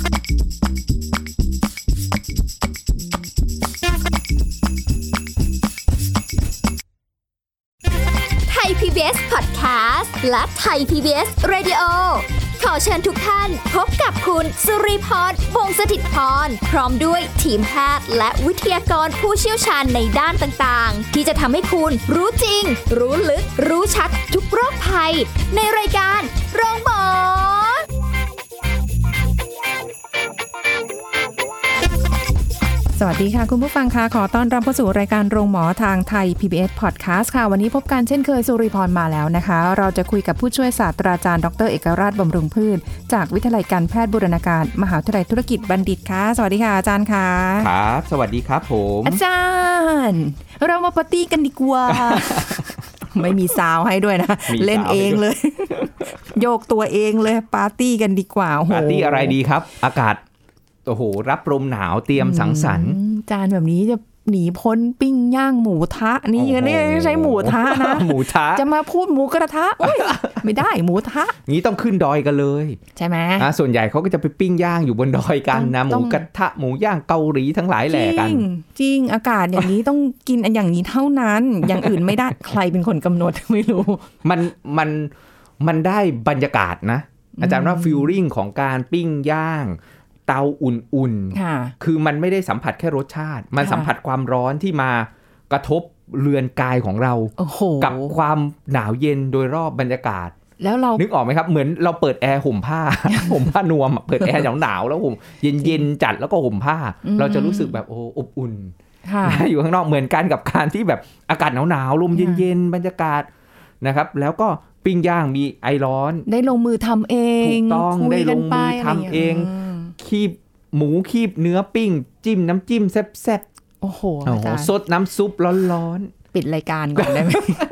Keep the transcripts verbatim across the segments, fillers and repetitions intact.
ไทย พี บี เอส Podcast และไทย พี บี เอส Radio ขอเชิญทุกท่านพบกับคุณสุริพร วงศ์สถิตย์พรพร้อมด้วยทีมแพทย์และวิทยากรผู้เชี่ยวชาญในด้านต่างๆที่จะทำให้คุณรู้จริงรู้ลึกรู้ชัดทุกโรคภัยในรายการโรงพยาบาลสวัสดีค่ะคุณผู้ฟังค่ะขอต้อนรับเข้าสู่รายการโรงหมอทางไทย พี บี เอส Podcast ค่ะวันนี้พบกันเช่นเคยสุริพรมาแล้วนะคะเราจะคุยกับผู้ช่วยศาสตราจารย์ดรเอกราชบำรุงพืชจากวิทยาลัยการแพทย์บูรณาการมหาวิทยาลัยธุรกิจบัณฑิตค่ะสวัสดีค่ะอาจารย์ค่ะครับสวัสดีครับผมอาจารย์เรามาปาร์ตี้กันดีกว่า ไม่มีซาวให้ด้วยนะเล่นเองเลยโยกตัวเองเลยปาร์ตี้กันดีกว่าปาร์ตี้อะไรดีครับอากาศโอ้โหรับลมหนาวเตรียมสังสรรค์จานแบบนี้จะหนีพ้นปิ้งย่างหมูทะนี่นี่ใช้หมูทะนะหมูทะจะมาพูดหมูกระทะโอ๊ยไม่ได้หมูทะงี้ต้องขึ้นดอยกันเลยใช่ไหมอ่ะส่วนใหญ่เขาก็จะไปปิ้งย่างอยู่บนดอยกันนะหมูกระทะหมูย่างเกาหลีทั้งหลายแหล่กันจริงอากาศอย่างนี้ต้องกินอันอย่างนี้เท่านั้นอย่างอื่นไม่ได้ใครเป็นคนกำหนดไม่รู้มันมันมันได้บรรยากาศนะอาจารย์ว่าฟีลลิ่งของการปิ้งย่างเตาอุ่นๆคือมันไม่ได้สัมผัสแค่รสชาติมันสัมผัสความร้อนที่มากระทบเรือนกายของเรากับความหนาวเย็นโดยรอบบรรยากาศแล้วเรานึกออกไหมครับเหมือนเราเปิดแอร์ห่มผ้า ห่มผ้านวมเปิดแอร์หนาวๆแล้วห่มเย็นๆจัดแล้วก็ห่มผ้าเราจะรู้สึกแบบโอ้อบอุ่นอยู่ข้างนอกเหมือนกันกับการที่แบบอากาศหนาวๆลมเย็นๆบรรยากาศนะครับแล้วก็ปิ้งย่างมีไอร้อนได้ลงมือทำเองถูกต้องได้ลงมือทำเองคีบหมูคีบเนื้อปิ้งจิ้มน้ำจิ้มแซ่บๆโอ้โหสดน้ำซุปร้อนๆปิดรายการก่อนได้ไหม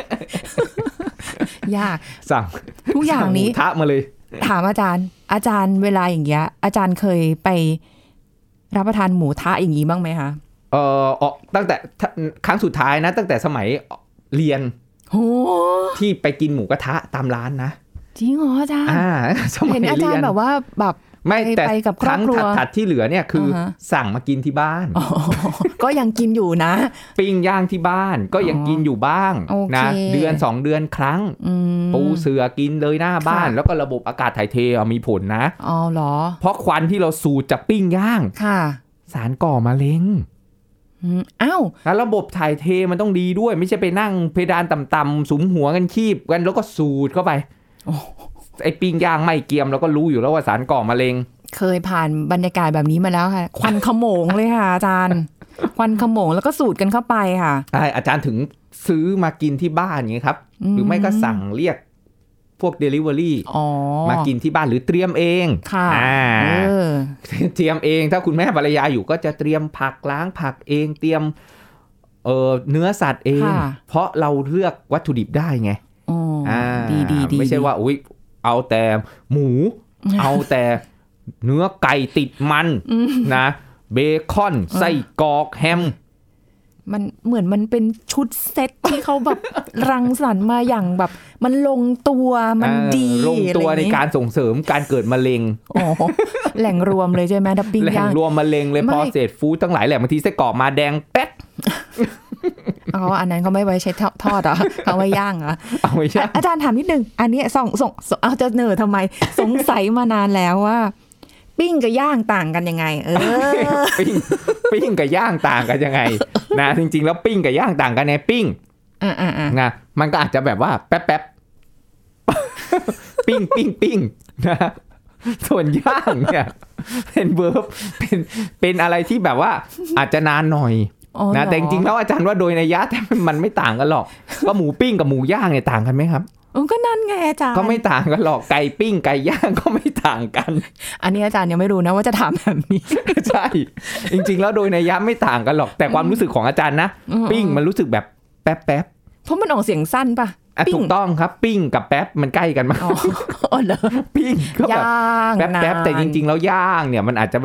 ยากสั่งทุกอย่างนี้ทะมาเลยถามอาจารย์อาจารย์เวลาอย่างเงี้ยอาจารย์เคยไปรับประทานหมูทะอย่างงี้บ้างไหมคะเออออกตั้งแต่ครั้งสุดท้ายนะตั้งแต่สมัยเรียนที่ไปกินหมูกระทะตามร้านนะจริงเหรออาจารย์เห็นอาจารย์แบบว่าแบบไม่แต่ครั้งถัดๆที่เหลือเนี่ยคือ uh-huh. สั่งมากินที่บ้าน oh, ก็ยังกินอยู่นะปิ้งย่างที่บ้านก็ยัง oh. กินอยู่บ้าง okay. นะเดือนสองเดือนครั้งปูเสือกินเลยหน้าบ้านแล้วก็ระบบอากาศถ่ายเทมีผลนะอ๋อเหรอเพราะควันที่เราสูดจากปิ้งย่างค่ะสารก่อมะเร็งอ้าวแล้วระบบถ่ายเทมันต้องดีด้วยไม่ใช่ไปนั่งเพดานต่ำๆสุมหัวกันคีบกันแล้วก็สูดเข้าไป oh.ไอ้ปิ้งย่างไม่เกียมเราก็รู้อยู่แล้วว่าสารก่อมะเร็งเคยผ่านบรรยากาศแบบนี้มาแล้วค่ะควันขโมงเลยค่ะอาจารย์ควันขโมงแล้วก็สูดกันเข้าไปค่ะใช่อาจารย์ถึงซื้อมากินที่บ้านอย่างนี้ครับหรือไม่ก็สั่งเรียกพวก delivery มากินที่บ้านหรือเตรียมเองค่ะเออเตรียมเองถ้าคุณแม่ภรรยาอยู่ก็จะเตรียมผักล้างผักเองเตรียมเอ่อเนื้อสัตว์เองเพราะเราเลือกวัตถุดิบได้ไงอ่าดีๆๆไม่ใช่ว่าอุ๊ยเอาแต่หมูเอาแต่เนื้อไก่ติดมันนะเบคอนไส้กรอกแฮมมันเหมือนมันเป็นชุดเซ็ตที่เขาแบบรังสรรค์มาอย่างแบบมันลงตัวมันดีลงตัวในการส่งเสริมการเกิดมะเร็งอ๋อแหล่งรวมเลยใช่ไหมดับปิ้งย่างแหล่งรวมมะเร็งเลยพอเศษฟู้ดทั้งหลายแหละบางทีไส้กรอกมาแดงแป๊ดอ๋ออันนั้นเขาไม่ไว้ใช้ทอดเหรอเขาไว้ย่างเหรอเอาไว้ย่างอาจารย์ถามนิดนึงอันนี้ส่งส่งเอาจะเนอทำไมสงสัยมานานแล้วว่าปิ้งกับย่างต่างกันยังไงเออปิ้งปิ้งกับย่างต่างกันยังไงนะจริงๆแล้วปิ้งกับย่างต่างกันในปิ้งอ่าๆๆนะมันก็อาจจะแบบว่าแป๊บๆปิ้งปิ้งปิ้งนะส่วนย่างเนี่ยเป็นเวิร์บเป็นเป็นอะไรที่แบบว่าอาจจะนานหน่อยนะแต่จริงๆแล้วอาจารย์ว่าโดยนัยยะแต่มันไม่ต่างกันหรอกก็หมูปิ้งกับหมูย่างเนี่ยต่างกันไหมครับก็นั่นไงอาจารย์ก็ไม่ต่างกันหรอกไก่ปิ้งไก่ย่างก็ไม่ต่างกันอันนี้อาจารย์ยังไม่รู้นะว่าจะถามแบบนี้ใช่จริงๆแล้วโดยนัยยะไม่ต่างกันหรอกแต่ความรู้สึกของอาจารย์นะปิ้งมันรู้สึกแบบแป๊บๆเพราะมันออกเสียงสั้นป่ะถูกต้องครับปิ้งกับแป๊บมันใกล้กันมากอ๋อเหรอปิ้งก็แบบแป๊บๆแต่จริงๆแล้วย่างเนี่ยมันอาจจะแบบ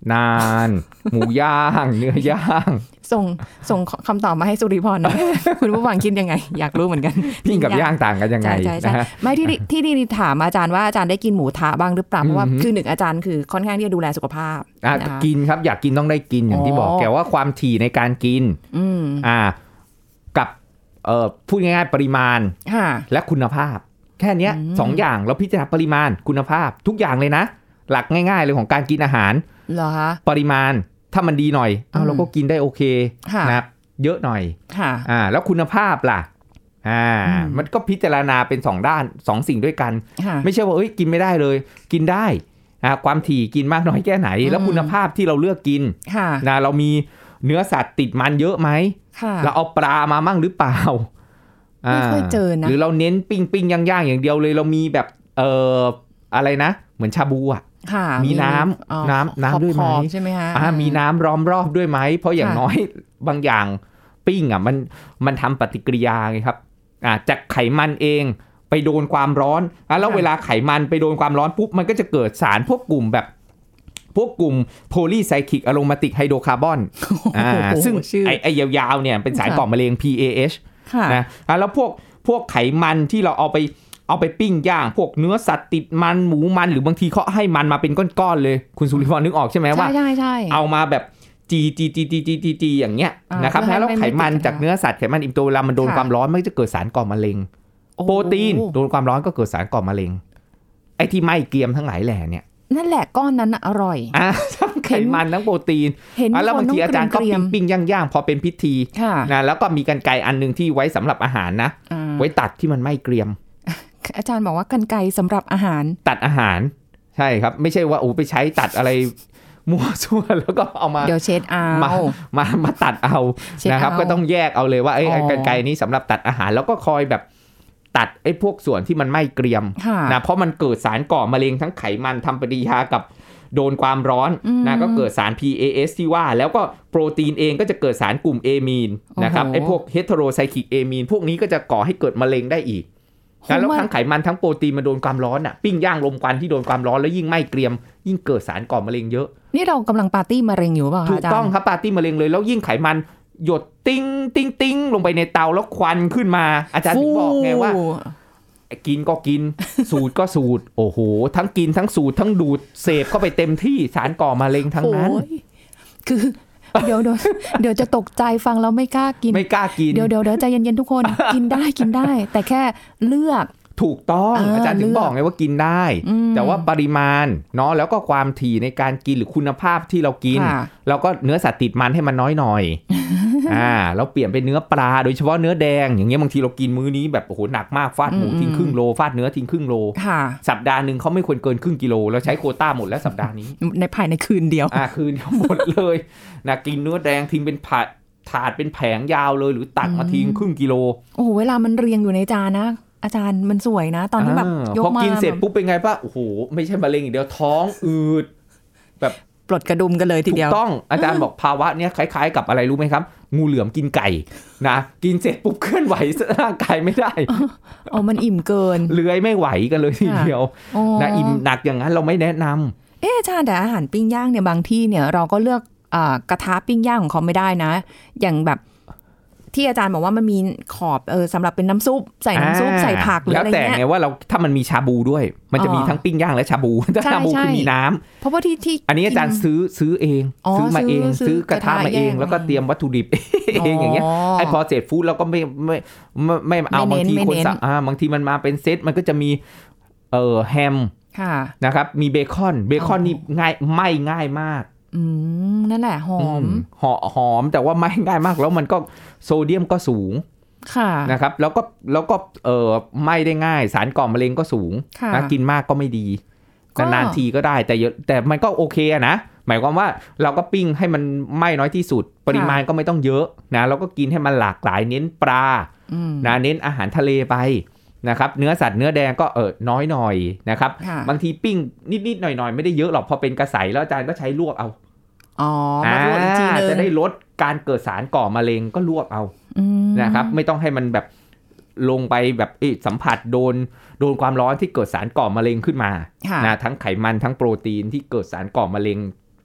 นานหมูย่างเนื้อย่างส่งส่งคำตอบมาให้สุริพรนะ คุณผู้ฟังคิดยังไงอยากรู้เหมือนกันปิ้งกับย่างต่างกันยังไงนะฮะไม่ที่ที่ที่ถามอาจารย์ว่าอาจารย์ได้กินหมูทะบ้างหรือเปล่าเพราะว่าคือหนึ่งอาจารย์คือค่อนข้างที่จะดูแลสุขภาพกินครับอยากกินต้องได้กินอย่างที่บอกแกว่าความถี่ในการกินอ่ากับเอ่อพูดง่ายๆปริมาณและคุณภาพแค่นี้สองอย่างเราพิจารณาปริมาณคุณภาพทุกอย่างเลยนะหลักง่ายๆเลยของการกินอาหารเหรอคะปริมาณถ้ามันดีหน่อยเอาเราก็กินได้โอเคนะครับเยอะหน่อยอ่าแล้วคุณภาพล่ะอ่ามันก็พิจารณาเป็นสองด้านสองสิ่งด้วยกันไม่ใช่ว่าเอ้ยกินไม่ได้เลยกินได้อ่าความถี่กินมากน้อยแค่ไหนแล้วคุณภาพที่เราเลือกกินนะเรามีเนื้อสัตว์ติดมันเยอะไหมเราเอาปลามามั่งหรือเปล่าไม่เคยเจอนะหรือเราเน้นปิ้งปิ้งย่างๆอย่างเดียวเลยเรามีแบบเอ่ออะไรนะเหมือนชาบูอ่ะมีน้ำน้ำน้ำด้วยไหมใช่ไหมฮะมีน้ำล้อมรอบด้วยไหมเพราะอย่างน้อยบางอย่างปิ้งอ่ะมันมันทำปฏิกิริยาไงครับอ่าจากไขมันเองไปโดนความร้อนอ่ะแล้วเวลาไขมันไปโดนความร้อนปุ๊บมันก็จะเกิดสารพวกกลุ่มแบบพวกกลุ่มโพลีไซคลิกอะโรมาติกไฮโดรคาร์บอนอ่าซึ่งไอ้ไอ้ยาวๆเนี่ยเป็นสารก่อมะเร็ง พี เอ เอช นะอ่ะแล้วพวกพวกไขมันที่เราเอาไปเอาไปปิ้งย่างพวกเนื้อสัตว์ติดมันหมูมันหรือบางทีเขาให้มันมาเป็นก้อนๆเลยคุณสุริพรนึกออกใช่ไหมว่าใช่ใช่เอามาแบบจีจีจีจีจีจีจีอย่างเงี้ยนะครับแล้วไขมันจากเนื้อสัตว์ไขมันอิ่มตัวเวลามันโดนความร้อนมันจะเกิดสารก่อมะเร็งโปรตีนโดนความร้อนก็เกิดสารก่อมะเร็งไอ้ที่ไหม้เกรียมทั้งหลายแหล่เนี่ยนั่นแหละก้อนนั้นอร่อยอ่ะทั้งไขมันทั้งโปรตีนแล้วบางทีอาจารย์ก็ปิ้งปิ้งย่างๆพอเป็นพิธีนะแล้วก็มีกรรไกรอันนึงที่ไว้สำหรับอาหารนะไว้ตัดที่มันไหม้เกรียมอาจารย์บอกว่ากรรไกรสำหรับอาหารตัดอาหารใช่ครับไม่ใช่ว่าโอ้ไปใช้ตัดอะไรมั่วซั่วแล้วก็เอามาเดี๋ยวเช็ดเอามามามาตัดเอานะครับก็ต้องแยกเอาเลยว่าไอ้กรรไกรนี้สำหรับตัดอาหารแล้วก็คอยแบบตัดไอ้พวกส่วนที่มันไหม้เกรียมนะเพราะมันเกิดสารก่อมะเร็งทั้งไขมันทำปฏิกิริยากับโดนความร้อนนะก็เกิดสาร พี เอ เอส ที่ว่าแล้วก็โปรตีนเองก็จะเกิดสารกลุ่มเอมีนนะครับไอ้พวกเฮตโรไซคลิกเอมีนพวกนี้ก็จะก่อให้เกิดมะเร็งได้อีกแล้วทั้งไขมันทั้งโปรตีนมันโดนความร้อนอ่ะปิ้งย่างลมควันที่โดนความร้อนแล้วยิ่งไหม้เกรียมยิ่งเกิดสารก่อมะเร็งเยอะนี่เรากำลังปาร์ตี้มะเร็งอยู่ป่ะคะถูกต้องครับปาร์ตี้มะเร็งเลยแล้วยิ่งไขมันหยดติ้งติ้งติ้งลงไปในเตาแล้วควันขึ้นมาอาจารย์ถึงบอกไงว่ากินก็กินสูตรก็สูตรโอ้โหทั้งกินทั้งสูตรทั้งดูดเสพเข้าไปเต็มที่สารก่อมะเร็งทั้งนั้นคือเดี๋ยวเดี๋ยวเดี๋ยวจะตกใจฟังแล้วไม่กล้ากินไม่กล้ากินเดี๋ยวเดี๋ยวเดี๋ยวใจเย็นๆทุกคนกินได้กินได้แต่แค่เลือกถูกต้องอาจารย์ถึงบอกไงว่ากินได้แต่ว่าปริมาณเนาะแล้วก็ความถี่ในการกินหรือคุณภาพที่เรากินแล้วก็เนื้อสัตว์ติดมันให้มันน้อยหน่อยอ่าเราเปลี่ยนเป็นเนื้อปลาโดยเฉพาะเนื้อแดงอย่างเงี้ยบางทีเรากินมื้อนี้แบบโอ้โหหนักมากฟาดหมูทิ้งครึ่งโลฟาดเนื้อทิ้งครึ่งโลสัปดาห์นึงเขาไม่ควรเกินครึ่งกิโลแล้วใช้โควต้าหมดแล้วสัปดาห์นี้ในภายในคืนเดียวอ่าคืนเดียวหมดเลยนะกินเนื้อแดงทิ้งเป็นผัดถาดเป็นแผงยาวเลยหรือตักมาทิ้งครึ่งกิโลโอ้โหเวลามันเรียงอยู่ในจานนะอาจารย์มันสวยนะตอนที่แบบยกมาพอกินเสร็จปุ๊บเป็นไงป่ะโอ้โหไม่ใช่มะเร็งอย่างเดียวท้องอืดแบบปลดกระดุมกันเลยทีเดียวถูกต้องอาจารย์บอกภาวะเนี้ยคล้ายๆกับอะไรรู้ไหมครับงูเหลือมกินไก่นะกินเสร็จปุ๊บเคลื่อนไหวร่างกายไม่ได้อ๋อมันอิ่มเกินเลื้อยไม่ไหวกันเลยทีเดียวนะอิ่มหนักอย่างนั้นเราไม่แนะนำเอ๊ะอาจารย์แต่อาหารปิ้งย่างเนี่ยบางที่เนี่ยเราก็เลือกกระทะปิ้งย่างของเขาไม่ได้นะอย่างแบบที่อาจารย์บอกว่ามันมีขอบเออสำหรับเป็นน้ำซุปใส่น้ำซุปใส่ผักหรืออะไรเงี้ยแล้วแต่ไงว่าเราถ้ามันมีชาบูด้วยมันจะมีทั้งปิ้งย่างและชาบูถ้าชาบูคือมีน้ำเพราะว่าที่ที่อันนี้อาจารย์ซื้อซื้อเองซื้อมาเองซื้อกระทะมาเองแล้วก็เตรียมวัตถุดิบเองอย่างเงี้ยไอ้พอเสร็จฟู้ดเราก็ไม่ไม่ไม่เอาบางทีคนสั่งอ่าบางทีมันมาเป็นเซตมันก็จะมีเอ่อแฮมนะครับมีเบคอนเบคอนนี่ง่ายไม่ง่ายมากอืมนั่นแหละหอมหอมหอมแต่ว่าไม่ง่ายมากแล้วมันก็โซเดียมก็สูงค่ะนะครับแล้วก็แล้วก็เอ่อไม่ได้ง่ายสารก่อมะเร็งก็สูงนะกินมากก็ไม่ดีนานๆทีก็ได้แต่แต่มันก็โอเคอะนะหมายความว่าเราก็ปิ้งให้มันไม่น้อยที่สุดปริมาณก็ไม่ต้องเยอะนะเราก็กินให้มันหลากหลายเน้นปลานะเน้นอาหารทะเลไปนะครับเนื้อสัตว์เนื้อแดงก็เออน้อยหน่อยนะครับบางทีปิ้งนิดๆหน่อยๆไม่ได้เยอะหรอกพอเป็นกระใสแล้วอาจารย์ก็ใช้ลวกเอาอ๋อมาลวกอีกทีนึงจะได้ลดการเกิดสารก่อมะเร็งก็ลวกเอานะครับไม่ต้องให้มันแบบลงไปแบบสัมผัสโดนโดนความร้อนที่เกิดสารก่อมะเร็งขึ้นมานะทั้งไขมันทั้งโปรตีนที่เกิดสารก่อมะเร็ง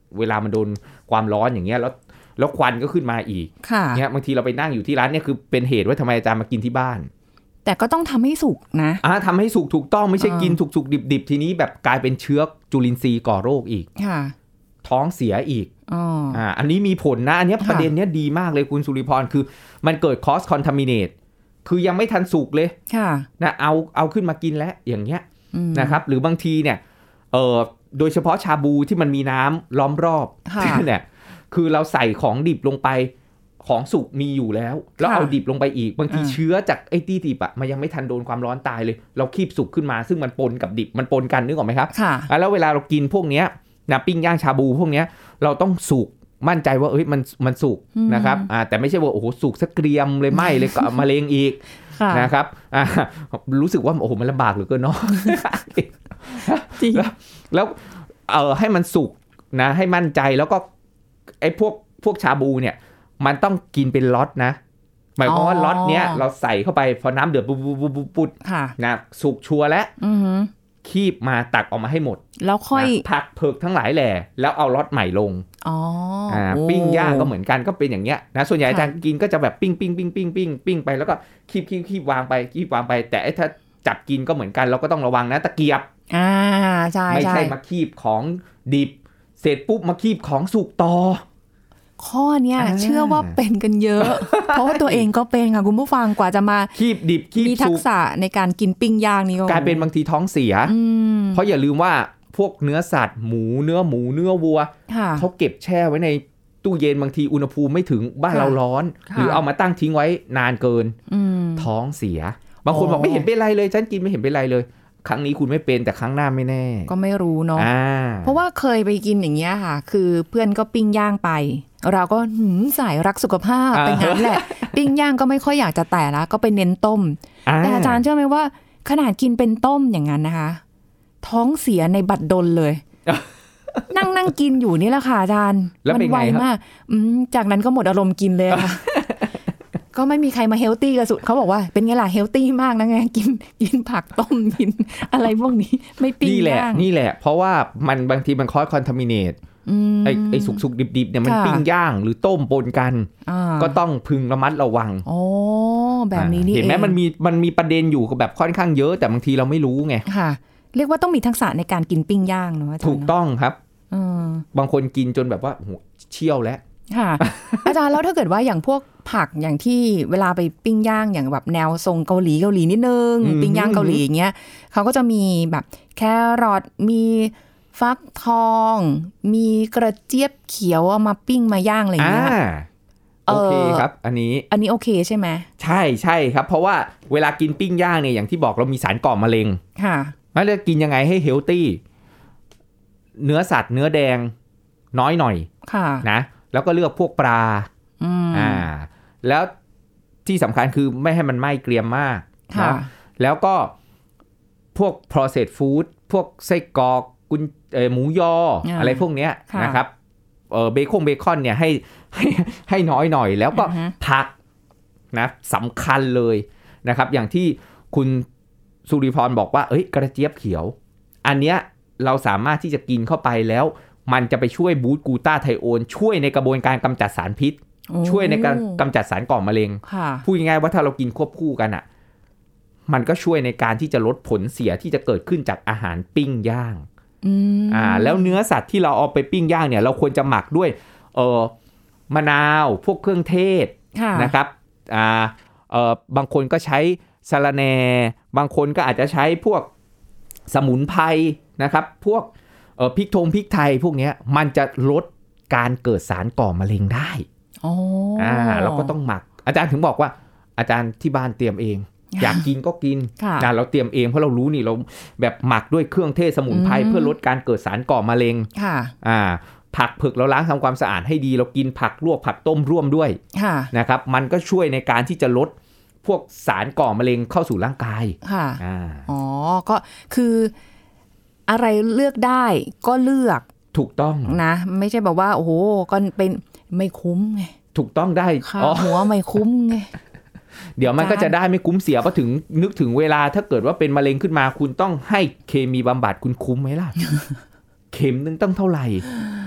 เวลามันโดนความร้อนอย่างเงี้ยแล้วแล้วควันก็ขึ้นมาอีกเนี่ยบางทีเราไปนั่งอยู่ที่ร้านเนี่ยคือเป็นเหตุว่าทำไมอาจารย์มากินที่บ้านแต่ก็ต้องทำให้สุกนะอ่าทำให้สุกถูกต้องไม่ใช่กินสุกๆดิบๆทีนี้แบบกลายเป็นเชื้อจุลินทรีย์ก่อโรคอีกท้องเสียอีกอ่าอันนี้มีผลนะอันนี้ประเด็นเนี้ยดีมากเลยคุณสุริพรคือมันเกิด cross contaminate คือยังไม่ทันสุกเลยนะเอาเอาขึ้นมากินแล้วอย่างเงี้ยนะครับหรือบางทีเนี่ยเอ่อโดยเฉพาะชาบูที่มันมีน้ำล้อมรอบเนี่ยคือเราใส่ของดิบลงไปของสุกมีอยู่แล้วแล้วเอาดิบลงไปอีกบางทีเชื้อจากไอ้ที่ดิบอะมันยังไม่ทันโดนความร้อนตายเลยเราคีบสุกขึ้นมาซึ่งมันปนกับดิบมันปนกันนึกออกไหมครับแล้วเวลาเรากินพวกเนี้ยนะปิ้งย่างชาบูพวกเนี้ยเราต้องสุกมั่นใจว่าเอ้ยมันมันสุกนะครับอ่าแต่ไม่ใช่ว่าโอ้โหสุกสักเกรียมเลยไหมเลยก็มะเร็งอีกนะครับอ่ารู้สึกว่าโอ้โหมันลำบากเหลือเกินเนาะจริงแล้วเออให้มันสุกนะให้มั่นใจแล้วก็ไอ้พวกพวกชาบูเนี่ยมันต้องกินเป็นล็อตนะหมายความว่าล็อตเนี้ยเราใส่เข้าไปพอน้ำเดือดปุ๊บปุ๊บปุ๊บปุ๊บนะสุกชัวร์แล้วคีบมาตักออกมาให้หมดแล้วค่อยผักเผือกทั้งหลายแหล่แล้วเอาล็อตใหม่ลงอ๋ออ่าปิ้งย่างก็เหมือนกันก็เป็นอย่างเงี้ยนะส่วนใหญ่อาจารย์กินก็จะแบบปิ้งปิ้งปิ้งปิ้งปิ้งปิ้งไปแล้วก็คีบคีบคีบวางไปคีบวางไปแต่ถ้าจับกินก็เหมือนกันเราก็ต้องระวังนะตะเกียบอ่าใช่ไม่ใช่มาคีบของดิบเสร็จปุ๊บมาคีบของสุกต่อข้อเนี้ยเชื่อว่าเป็นกันเยอะเพราะว่าตัวเองก็เป็นค่ะคุณผู้ฟังกว่าจะมาคีบดิบคีบสุกมีทักษะในการกินปิ้งย่างนี่ก็กลายเป็นบางทีท้องเสียเพราะอย่าลืมว่าพวกเนื้อสัตว์หมูเนื้อหมูเนื้อวัวเขาเก็บแช่ไว้ในตู้เย็นบางทีอุณหภูมิไม่ถึงบ้านเราร้อนหรือเอามาตั้งทิ้งไว้นานเกินท้องเสียบางคนบอกไม่เห็นเป็นไรเลยฉันกินไม่เห็นเป็นไรเลยครั้งนี้คุณไม่เป็นแต่ครั้งหน้าไม่แน่ก็ไม่รู้เนาะเพราะว่าเคยไปกินอย่างเงี้ยค่ะคือเพื่อนก็ปิ้งย่างไปเราก็หืมสายรักสุขภาพเป็นงั้นแหละปิ้งย่างก็ไม่ค่อยอยากจะแตะละก็ไปเน้นต้มแต่อาจารย์เชื่อไหมว่าขนาดกินเป็นต้มอย่างนั้นนะคะท้องเสียในบัดดลเลยนั่งนั่งกินอยู่นี่แหละค่ะอาจารย์มันไวมากจากนั้นก็หมดอารมณ์กินเลยค่ะก็ไม่มีใครมาเฮลตี้กับสุดเขาบอกว่าเป็นไงล่ะเฮลตี้มากนะไงกินกินผักต้มกินอะไรพวกนี้ไม่ปิ้งย่างนี่แหละเพราะว่ามันบางทีมันคอสคอนทามิเนตไอ้ไอ้สุกๆดิบๆเนี่ยมันปิ้งย่างหรือต้มปนกันก็ต้องพึงระมัดระวังอ๋อแบบนี้นี่เองเห็นไหมมันมีมันมีประเด็นอยู่แบบค่อนข้างเยอะแต่บางทีเราไม่รู้ไงค่ะเรียกว่าต้องมีทักษะในการกินปิ้งย่างเนาะถูกต้องครับบางคนกินจนแบบว่าเชี่ยวแล้วค่ะอาจารย์แล้วถ้าเกิดว่าอย่างพวกผักอย่างที่เวลาไปปิ้งย่างอย่างแบบแนวทรงเกาหลีเกาหลีนิดนึงปิ้งย่างเกาหลีอย่างเงี้ยเขาก็จะมีแบบแครอทมีฟักทองมีกระเจี๊ยบเขียวเอามาปิ้งมาย่างอะไรอย่างเงี้ยโอเคครับอันนี้อันนี้โอเคใช่ไหมใช่ใช่ครับเพราะว่าเวลากินปิ้งย่างเนี่ยอย่างที่บอกเรามีสารก่อมะเร็งค่ะแล้วจะกินยังไงให้เฮลตี้เนื้อสัตว์เนื้อแดงน้อยหน่อยค่ะนะแล้วก็เลือกพวกปลาอ่าแล้วที่สำคัญคือไม่ให้มันไหม้เกรียมมากนะแล้วก็พวก processed food พวกไส้กรอกกุนเอ่อหมูยออะไรพวกเนี้ยนะครับเอ่อเบคอนเบคอนเนี่ยให้ให้ให้น้อยหน่อยแล้วก็ผักนะสำคัญเลยนะครับอย่างที่คุณสุริพรบอกว่าเอ้ยกระเจี๊ยบเขียวอันเนี้ยเราสามารถที่จะกินเข้าไปแล้วมันจะไปช่วยบูสต์กลูตาไทโอนช่วยในกระบวนการกำจัดสารพิษช่วยในการกำจัดสารก่อมะเร็งพูดง่ายๆว่าถ้าเรากินควบคู่กันอ่ะมันก็ช่วยในการที่จะลดผลเสียที่จะเกิดขึ้นจากอาหารปิ้งย่างอ่าแล้วเนื้อสัตว์ที่เราเอาไปปิ้งย่างเนี่ยเราควรจะหมักด้วยเออมะนาวพวกเครื่องเทศนะครับอ่าเออบางคนก็ใช้สะระแหน่บางคนก็อาจจะใช้พวกสมุนไพรนะครับพวกเออพริกทงพริกไทยพวกนี้มันจะลดการเกิดสารก่อมะเร็งได้อ๋ออ่าเราก็ต้องหมักอาจารย์ถึงบอกว่าอาจารย์ที่บ้านเตรียมเองอยากกินก็กินนะเราเตรียมเองเพราะเรารู้นี่เราแบบหมักด้วยเครื่องเทศสมุนไพรเพื่อลดการเกิดสารก่อมะเร็งค่ะอ่าผักเผือกเราล้างทำความสะอาดให้ดีเรากินผักลวกผักต้มร่วมด้วยนะครับมันก็ช่วยในการที่จะลดพวกสารก่อมะเร็งเข้าสู่ร่างกายค่ะอ๋อก็คืออะไรเลือกได้ก็เลือกถูกต้องนะไม่ใช่แบบว่าโอ้โหก็เป็นไม่คุ้มไงถูกต้องได้อ๋อหัวไม่คุ้มไงเดี๋ยวมันก็จะได้ไม่คุ้มเสียเพราะถึงนึกถึงเวลาถ้าเกิดว่าเป็นมะเร็งขึ้นมาคุณต้องให้เคมีบำบัดคุณคุ้มไหมล่ะ เข็มนึงต้องเท่าไหร่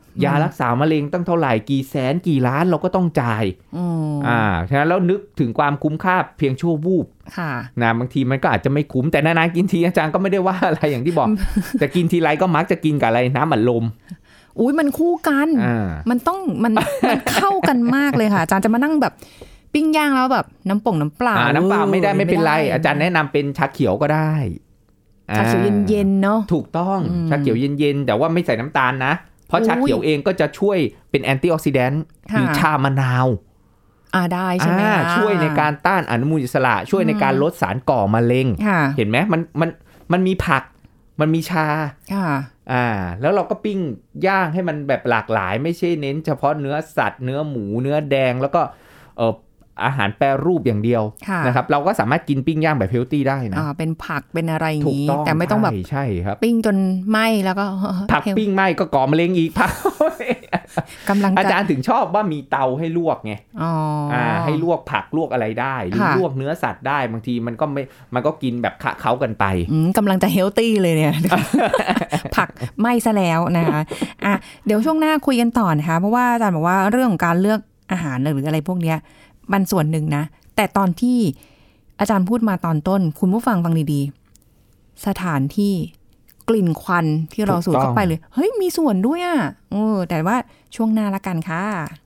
ยารักษามะเร็งตั้งเท่าไหร่กี่แสนกี่ล้านเราก็ต้องจ่ายอ่าฉะนั้นแล้วนึกถึงความคุ้มค่าเพียงชั่ววูบนะบางทีมันก็อาจจะไม่คุ้มแต่นานๆกินทีอาจารย์ก็ไม่ได้ว่าอะไรอย่างที่บอก แต่กินทีไรก็มักจะกินกับอะไรน้ำอัดลมอุ้ยมันคู่กันมันต้องมันมันเข้ากันมากเลยค่ะอาจารย์จะมานั่งแบบปิ้งย่างแล้วแบบน้ำป่งน้ำเปล่าน้ำเปล่าไม่ได้ไม่เป็นไรอาจารย์แนะนำเป็นชาเขียวก็ได้ชาเขียวเย็นๆเนาะถูกต้องชาเขียวเย็นๆแต่ว่าไม่ใส่น้ำตาลนะเพราะชาเขียวเองก็จะช่วยเป็นแอนตี้ออกซิแดนต์หรือชามะนาวอ่าได้ใช่ไหมช่วยในการต้านอนุมูลอิสระช่วยในการลดสารก่อมะเร็งเห็นไหมมันมันมันมีผักมันมีชาอ่าแล้วเราก็ปิ้งย่างให้มันแบบหลากหลายไม่ใช่เน้นเฉพาะเนื้อสัตว์เนื้อหมูเนื้อแดงแล้วก็เอออาหารแปรรูปอย่างเดียวนะครับเราก็สามารถกินปิ้งย่างแบบเฮลตี้ได้นะอ่าเป็นผักเป็นอะไรอย่างนี้แต่ไม่ต้องแบบใช่ครับปิ้งจนไหม้แล้วก็ผักปิ้งไหม้ก็ก่อมะเร็งอีกผักกำลังอาจารย์ถึงชอบว่ามีเตาให้ลวกไงอ๋ออ่าให้ลวกผักลวกอะไรได้หรือลวกเนื้อสัตว์ได้บางทีมันก็ไม่มันก็กินแบบคะเขากันไปกำลังจะเฮลตี้เลยเนี่ย ผักไหม้ซะแล้วนะคะอ่ะเดี๋ยวช่วงหน้าคุยกันต่อนะคะเพราะว่าอาจารย์บอกว่าเรื่องของการเลือกอาหารหรืออะไรพวกเนี้ยมันส่วนหนึ่งนะแต่ตอนที่อาจารย์พูดมาตอนต้นคุณผู้ฟังฟังดีๆสถานที่กลิ่นควันที่เราสูดเข้าไปเลยเฮ้ยมีส่วนด้วยอ่ะเออแต่ว่าช่วงหน้าละกันค่ะ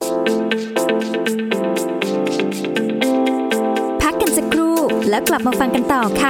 พักกันสักครู่แล้วกลับมาฟังกันต่อค่ะ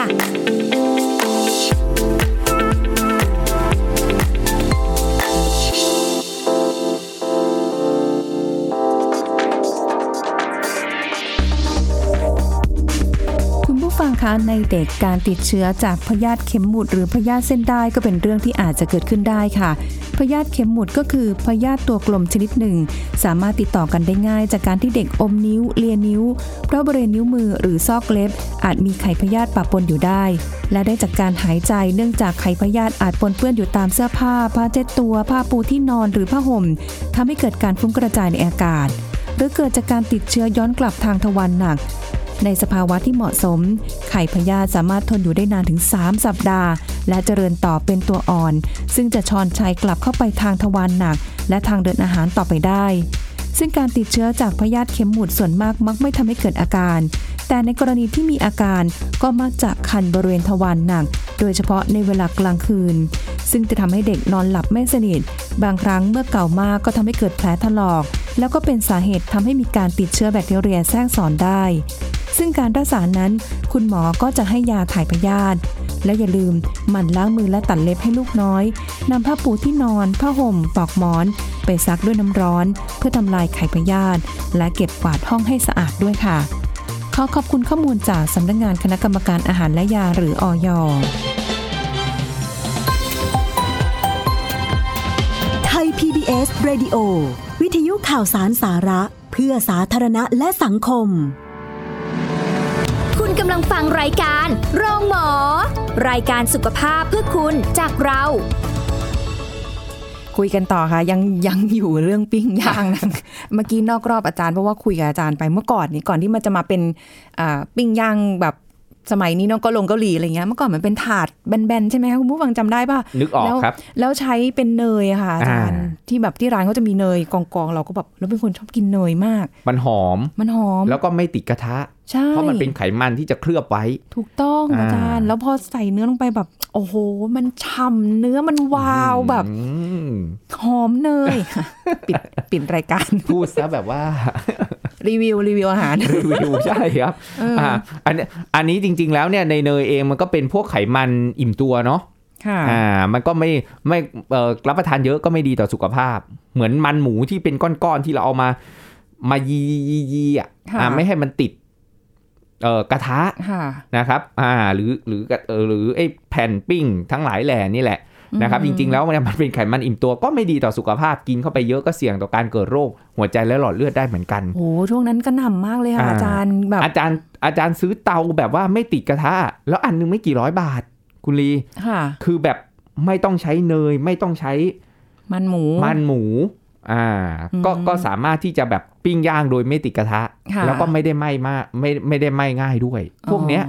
ฟังคะในเด็กการติดเชื้อจากพยาธิเข็มหมุดหรือพยาธิเส้นได้ก็เป็นเรื่องที่อาจจะเกิดขึ้นได้ค่ะพยาธิเข็มหมุดก็คือพยาธิตัวกลมชนิดหนึ่งสามารถติดต่อกันได้ง่ายจากการที่เด็กอมนิ้วเลียนิ้วเพราะบริเวณนิ้วมือหรือซอกเล็บอาจมีไข่พยาธิปะปนอยู่ได้และได้จากการหายใจเนื่องจากไข่พยาธิอาจปนเปื้อนอยู่ตามเสื้อผ้าผ้าเช็ดตัวผ้าปูที่นอนหรือผ้าห่มทำให้เกิดการฟุ้งกระจายในอากาศหรือเกิดจากการติดเชื้อย้อนกลับทางทวารหนักในสภาวะที่เหมาะสมไข่พยาธิสามารถทนอยู่ได้นานถึงสามสัปดาห์และเจริญต่อเป็นตัวอ่อนซึ่งจะชอนชัยกลับเข้าไปทางทวารหนักและทางเดินอาหารต่อไปได้ซึ่งการติดเชื้อจากพยาธิเข็มหมุดส่วนมากมักไม่ทำให้เกิดอาการแต่ในกรณีที่มีอาการก็มักจะคันบริเวณทวารหนักโดยเฉพาะในเวลากลางคืนซึ่งจะทำให้เด็กนอนหลับไม่สนิทบางครั้งเมื่อเก่ามากก็ทำให้เกิดแผลถลอกแล้วก็เป็นสาเหตุทำให้มีการติดเชื้อแบคทีเรียแทรกซ้อนได้ซึ่งการรักษานั้นคุณหมอก็จะให้ยาถ่ายพยาธิและอย่าลืมหมั่นล้างมือและตัดเล็บให้ลูกน้อยนำผ้าปูที่นอนผ้าห่มปลอกหมอนไปซักด้วยน้ำร้อนเพื่อทำลายไข่พยาธิและเก็บกวาดห้องให้สะอาดด้วยค่ะขอขอบคุณข้อมูลจากสำนักงานคณะกรรมการอาหารและยาหรืออย. ไทย พี บี เอส Radio วิทยุข่าวสารสาระเพื่อสาธารณะและสังคมคุณกำลังฟังรายการโรงหมอรายการสุขภาพเพื่อคุณจากเราคุยกันต่อค่ะยังยังอยู่เรื่องปิ้งย่างนะ เมื่อกี้นอกรอบอาจารย์เพราะว่าคุยกับอาจารย์ไปเมื่อก่อนนี้ก่อนที่มันจะมาเป็นปิ้งย่างแบบสมัยนี้น้องก็ลงเกาหลีอะไรเงี้ยเมื่อก่อนมันเป็นถาดแบนๆใช่ไหมคะคุณผู้ฟังจำได้ป่ะนึกออกครับแล้วใช้เป็นเนยค่ะอาจารย์ที่แบบที่ร้านเขาจะมีเนยกองๆเราก็แบบเราเป็นคนชอบกินเนยมากมันหอมมันหอมแล้วก็ไม่ติดกระทะเพราะมันเป็นไขมันที่จะเคลือบไว้ถูกต้องอาจารย์แล้วพอใส่เนื้อลงไปแบบโอ้โหมันฉ่ำเนื้อมันวาวแบบหอมเนยปิดปิดรายการพูดซะแบบว่ารีวิวรีวิวอาหารรีวิวใช่ครับอ่าอันนี้อันนี้จริงๆแล้วเนี่ยในเนยเองมันก็เป็นพวกไขมันอิ่มตัวเนาะอ่ามันก็ไม่ไม่เอ่อรับประทานเยอะก็ไม่ดีต่อสุขภาพเหมือนมันหมูที่เป็นก้อนๆที่เราเอามามายียียีอ่ะไม่ให้มันติดเอ่อกระทะนะครับอ่าหรือหรือเออหรือไอ้แผ่นปิ้งทั้งหลายแหล่นี่แหละนะครับจริงๆแล้วมันเป็นไขมันอิ่มตัวก็ไม่ดีต่อสุขภาพกินเข้าไปเยอะก็เสี่ยงต่อการเกิดโรคหัวใจและหลอดเลือดได้เหมือนกันโอ้ช่วงนั้นก็หนำมากเลยค่ะอาจารย์แบบอาจารย์อาจารย์ซื้อเตาแบบว่าไม่ติดกระทะแล้วอันนึงไม่กี่ร้อยบาทคุณลีคือแบบไม่ต้องใช้เนยไม่ต้องใช้มันหมูมันหมูอ่าก็ก็สามารถที่จะแบบปิ้งย่างโดยไม่ติดกระทะแล้วก็ไม่ได้ไหม้มากไม่ไม่ได้ไหม้ง่ายด้วยพวกเนี้ย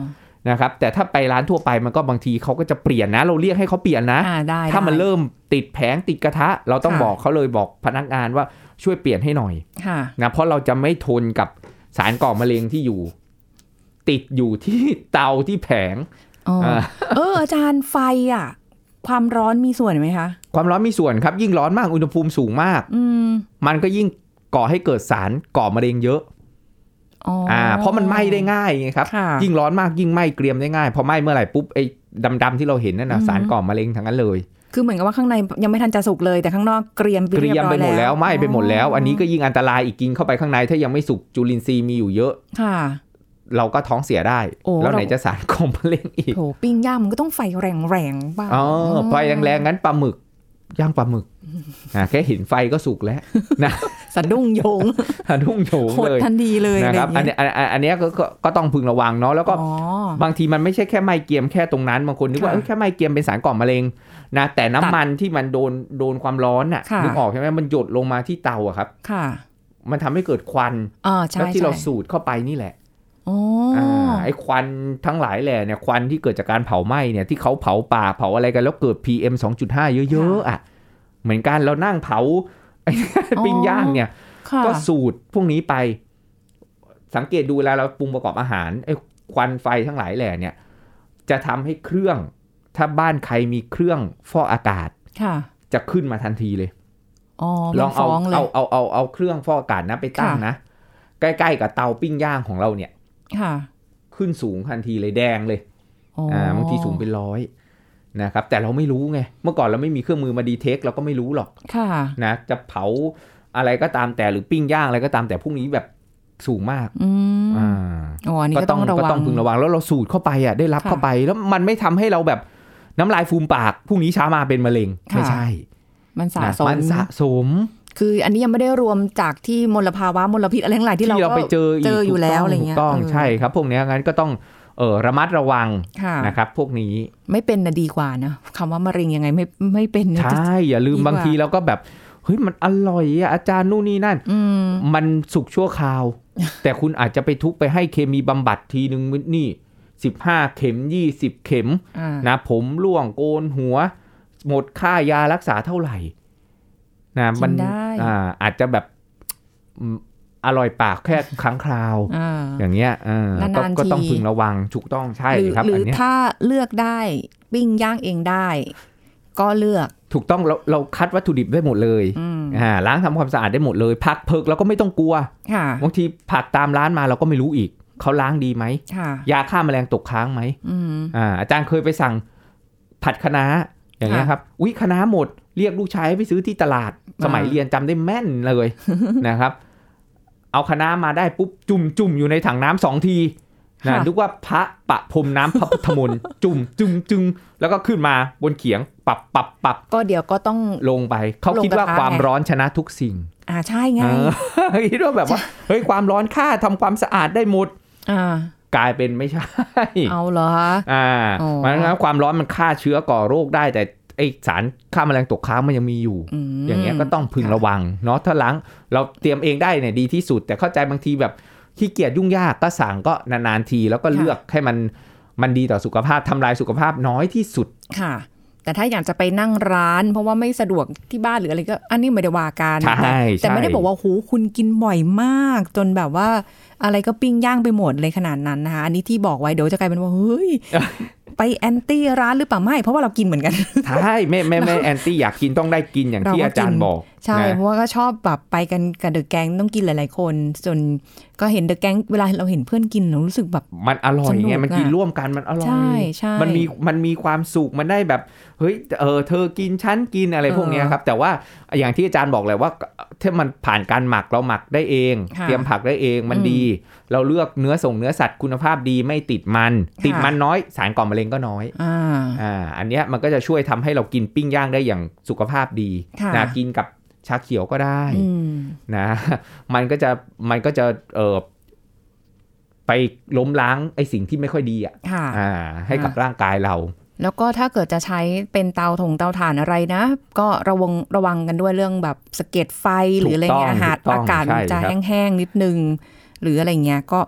นะครับแต่ถ้าไปร้านทั่วไปมันก็บางทีเขาก็จะเปลี่ยนนะเราเรียกให้เขาเปลี่ยนนะถ้ามันเริ่มติดแผงติดกระทะเราต้องบอกเขาเลยบอกพนักงานว่าช่วยเปลี่ยนให้หน่อยนะเพราะเราจะไม่ทนกับสารก่อมะเร็งที่อยู่ติดอยู่ที่เตาที่แผงเอออาจารย์ไฟอ่ะความร้อนมีส่วนไหมคะความร้อนมีส่วนครับยิ่งร้อนมากอุณหภูมิสูงมากมมันก็ยิ่งก่อให้เกิดสารก่อมะเร็งเยอะอ่าเพราะมันไหม้ได้ง่ายไงครับยิ่งร้อนมากยิ่งไหม้เกรียมได้ง่ายพอไหม้เมื่อไหร่ปุ๊บไอ้ดำๆที่เราเห็นนั่นนะสารก่อมะเร็งทั้งนั้นเลยคือเหมือนกับว่าข้างในยังไม่ทันจะสุกเลยแต่ข้างนอกเกรียมไปเรียบร้อยแล้วเกรียมไปหมดแล้วไหม้ไปหมดแล้วอันนี้ก็ยิ่งอันตรายอีกกินเข้าไปข้างในถ้ายังไม่สุกจุลินทรีย์มีอยู่เยอะค่ะเราก็ท้องเสียได้แล้วไหนจะสารก่อมะเร็งอีกโถปิ้งย่างมันก็ต้องไฟแรงๆบ้างอ๋อไฟแรงๆงั้นปลาหมึกย่างปลาหมึกอ่าแค่เห็นไฟก็สุกแล้วนะสะดุ้งโยงสะดุ้งโยงเลยทันทีเลยนะครับอันนี้อันนี้ก็ก็ต้องพึงระวังเนาะแล้วก็บางทีมันไม่ใช่แค่ไหม้เกรียมแค่ตรงนั้นบางคนนึกว่าแค่ไหม้เกรียมเป็นสารก่อมะเร็งนะแต่น้ำมันที่มันโดนโดนความร้อนน่ะนึกออกใช่ไหมมันหยดลงมาที่เตาอะครับค่ะมันทำให้เกิดควันแล้วที่เราสูดเข้าไปนี่แหละอ่าไอ้ควันทั้งหลายแหละเนี่ยควันที่เกิดจากการเผาไหม้เนี่ยที่เขาเผาป่าเผาอะไรกันแล้วเกิด พี เอ็ม สองจุดห้า เยอะๆอ่ะเหมือนกันเรานั่งเผาปิ้งย่างเนี่ยก็สูดพวกนี้ไปสังเกตดูเวลาเราปรุงประกอบอาหารไอ้ควันไฟทั้งหลายแหละเนี่ยจะทำให้เครื่องถ้าบ้านใครมีเครื่องฟอกอากาศจะขึ้นมาทันทีเลยลองเอาเอาเอาเอาเอาเครื่องฟอกอากาศนะไปตั้งนะใกล้ๆกับเตาปิ้งย่างของเราเนี่ยขึ้นสูงทันทีเลยแดงเลยอ่าบางทีสูงเป็นร้อยนะครับแต่เราไม่รู้ไงเมื่อก่อนเราไม่มีเครื่องมือมาดีเทคเราก็ไม่รู้หรอกนะจะเผาอะไรก็ตามแต่หรือปิ้งย่างอะไรก็ตามแต่พวกนี้แบบสูงมากอ่าก็ต้องก็ต้องพึงระวังแล้วเราสูดเข้าไปอ่ะได้รับเข้าไปแล้วมันไม่ทำให้เราแบบน้ำลายฟูมปากพรุ่งนี้เช้ามาเป็นมะเร็งไม่ใช่มันสะสมมันสะสมคืออันนี้ยังไม่ได้รวมจากที่มลภาวะมลพิษอะไรทั้งหลายที่เราไปเจอเจออยู่แล้วอะไรเงี้ยต้องใช่ครับพวกนี้งั้นก็ต้องเออระมัดระวังนะครับพวกนี้ไม่เป็นนะดีกว่านะคำว่ามะเร็งยังไงไม่ไม่เป็นใช่อย่าลืมบางทีเราก็แบบเฮ้ยมันอร่อยอ่ะอาจารย์นู่นนี่นั่นมันสุกชั่วคราวแต่คุณอาจจะไปทุบไปให้เคมีบำบัดทีนึงนี่สิบห้าเข็มยี่สิบเข็มนะผมร่วงโกนหัวหมดค่ายารักษาเท่าไหร่นะมันอ่าอาจจะแบบอร่อยปากแค่ครั้งคราว อ, อย่างเงี้ยก็, ก็ต้องพึงระวังถูกต้องใช่ครับหรือถ้าเลือกได้ปิ้งย่างเองได้ก็เลือกถูกต้องเราเราคัดวัตถุดิบได้หมดเลยอ่าล้างทำความสะอาดได้หมดเลยผักเผือกเราก็ไม่ต้องกลัวบางทีผักตามร้านมาเราก็ไม่รู้อีกเขาล้างดีไหมยาฆ่าแมลงตกค้างไหมอ่าอาจารย์เคยไปสั่งผัดคะน้าอย่างเงี้ยครับอุ๊ยคะน้าหมดเรียกลูกชายไปซื้อที่ตลาดสมัยเรียนจำได้แม่นเลยนะครับเอาคะน้ามาได้ปุ๊บจุ่มจุ่มอยู่ในถังน้ำสองทีนะนึกว่าพระปะพรมน้ำพระพุทธมนต์จุ่มจึงจึงแล้วก็ขึ้นมาบนเขียงปับปับปับก็เดี๋ยวก็ต้องลงไปเขาคิดว่าความร้อนชนะทุกสิ่งอ่าใช่ไงคิดว่าแบบว่าเฮ้ยความร้อนฆ่าทำความสะอาดได้หมดอ่ากลายเป็นไม่ใช่เอาเหรออ่าเพราะฉะนั้นความร้อนมันฆ่าเชื้อก่อโรคได้แต่ไอสารฆ่าแมลงตกค้างมันยังมีอยู่ อ, อย่างเงี้ยก็ต้องพึงระวังเนาะถ้าล้างเราเตรียมเองได้เนี่ยดีที่สุดแต่เข้าใจบางทีแบบขี้เกียจยุ่งยากก็สั่งก็นานๆทีแล้วก็เลือกให้มันมันดีต่อสุขภาพทำลายสุขภาพน้อยที่สุดค่ะแต่ถ้าอยากจะไปนั่งร้านเพราะว่าไม่สะดวกที่บ้านหรืออะไรก็อันนี้ไม่ได้ว่ากันแต่ไม่ได้บอกว่าโหคุณกินบ่อยมากจนแบบว่าอะไรก็ปิ้งย่างไปหมดเลยขนาดนั้นนะคะอันนี้ที่บอกไว้เดี๋ยวจะกลายเป็นว่าเฮ้ยไปแอนตี้ร้านหรือเปล่าไม่เพราะว่าเรากินเหมือนกันใช่ไม่ไม่ไม่แอนตี้อยากกินต้องได้กินอย่างที่อาจารย์บอกใช่เพราะว่าก็ชอบแบบไปกันกับเดอะแก๊งต้องกินหลายๆคนจนก็เห็นเดอะแก๊งเวลาเราเห็นเพื่อนกินเรารู้สึกแบบมันอร่อยไงมันกินร่วมกันมันอร่อยมันมีมันมีความสุขมันได้แบบเฮ้ยเออเธอกินฉันกินอะไรพวกนี้ครับแต่ว่าอย่างที่อาจารย์บอกเลยว่าถ้ามันผ่านการหมักเราหมักได้เองเตรียมผักได้เองมันดีเราเลือกเนื้อส่งเนื้อสัตว์คุณภาพดีไม่ติดมันติดมันน้อยสารก่อมะเร็งก็น้อยอ่าอ่าอันเนี้ยมันก็จะช่วยทำให้เรากินปิ้งย่างได้อย่างสุขภาพดีนะกินกับชาเขียวก็ได้นะมันก็จะมันก็จะเอ่อไปล้มล้างไอ้สิ่งที่ไม่ค่อยดีอ่ะอ่าให้กับร่างกายเราแล้วก็ถ้าเกิดจะใช้เป็นเตาถงเตาถ่านอะไรนะก็ระวังระวังกันด้วยเรื่องแบบสะเก็ดไฟหรืออะไรเงี้ยอาหารอากาศมันจะแห้งๆนิดนึงหรืออะไรเงี้ยก็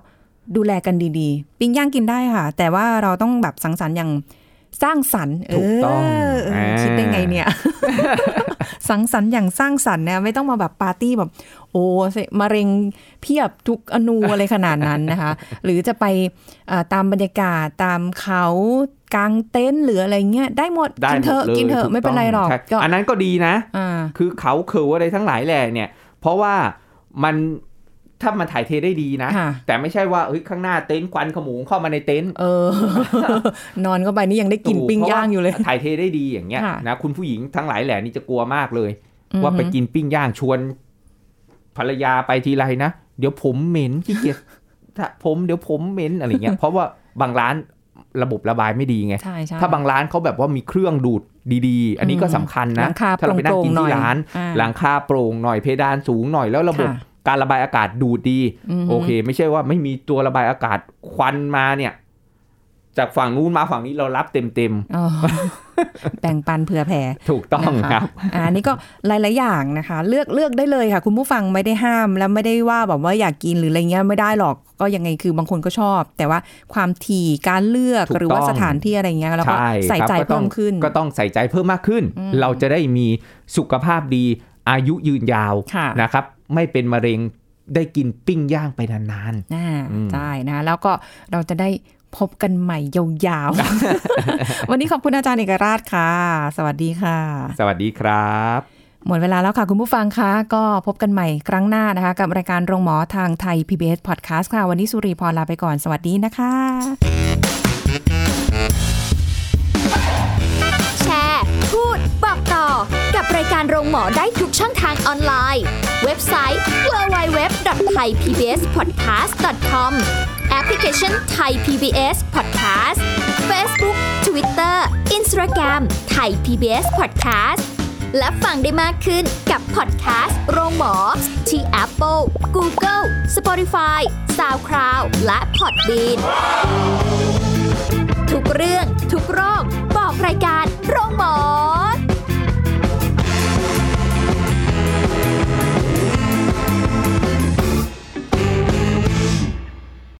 ดูแลกันดีๆปิ้งย่างกินได้ค่ะแต่ว่าเราต้องแบบสังสรรค์อย่างสร้างสรรค์เอถูกต้องอคิดได้ไงเนี่ย สังสรรค์อย่างสร้างสรรค์เนี่ยไม่ต้องมาแบบปาร์ตี้แบบโอ้มะเร็งเพียบทุกอนูอะไรขนาดนั้นนะคะ หรือจะไปตามบรรยากาศตามเขากางเต็นท์หรืออะไรเงี้ยได้หมดกินเถอะกินเถอะไม่เป็นไรหรอกอันนั้นก็ดีนะคือเขาเขิวอะไรทั้งหลายแหล่เนี่ยเพราะว่ามันถ้ามันถ่ายเทได้ดีนะแต่ไม่ใช่ว่าเฮ้ยข้างหน้าเต็นท์ควันขโมงเข้ามาในเต็นท์เออนอนเข้าไปนี่ยังได้กินปิ้งย่างอยู่เลยถ่ายเทได้ดีอย่างเงี้ยนะคุณผู้หญิงทั้งหลายแหล่นี่จะกลัวมากเลยว่าไปกินปิ้งย่างชวนภรรยาไปทีไรนะเดี๋ยวผมเหม็นขี้เกียจถ้าผมเดี๋ยวผมเหม็นอะไรเงี้ยเพราะว่าบางร้านระบบระบายไม่ดีไงถ้าบางร้านเขาแบบว่ามีเครื่องดูดดีๆอันนี้ก็สำคัญนะถ้าเราไปนั่งกินที่ร้านหลังคาโปร่งหน่อยเพดานสูงหน่อยแล้วระบบการระบายอากาศดูดดีโอเคไม่ใช่ว่าไม่มีตัวระบายอากาศควันมาเนี่ยจากฝั่งนู้นมาฝั่งนี้เรารับเต็มๆแบ่งปันเผื่อแผ่ถูกต้องครับอันนี้ก็หลายๆอย่างนะคะเลือกเลือกได้เลยค่ะคุณผู้ฟังไม่ได้ห้ามแล้วไม่ได้ว่าแบบว่าอยากกินหรืออะไรเงี้ยไม่ได้หรอกก็ยังไงคือบางคนก็ชอบแต่ว่าความถี่การเลือกหรือว่าสถานที่อะไรเงี้ยแล้วก็ใส่ใจเพิ่มขึ้นก็ต้องใส่ใจเพิ่มมากขึ้นเราจะได้มีสุขภาพดีอายุยืนยาวนะครับไม่เป็นมะเร็งได้กินปิ้งย่างไปนานๆใช่นะแล้วก็เราจะได้พบกันใหม่ยาวๆ วันนี้ขอบคุณอาจารย์เอกราชค่ะสวัสดีค่ะสวัสดีครับหมดเวลาแล้วค่ะคุณผู้ฟังคะก็พบกันใหม่ครั้งหน้านะคะกับรายการโรงหมอทางไทย พี บี เอส Podcast ค่ะวันนี้สุรีพรลาไปก่อนสวัสดีนะคะแชร์พูดบอกต่อกับรายการโรงหมอได้ทุกช่องทางออนไลน์เว็บไซต์ ดับเบิลยู ดับเบิลยู ดับเบิลยู ดอท ไทยพีบีเอสพอดแคสต์ ดอท คอม แอปพลิเคชัน Thai พี บี เอส Podcast Facebook Twitter Instagram Thai พี บี เอส Podcast และฟังได้มากขึ้นกับพอดแคสต์โรงหมอที่ Apple, Google, Spotify, SoundCloud และ Podbean ทุกเรื่องทุกโรคบอกรายการโรงหมอ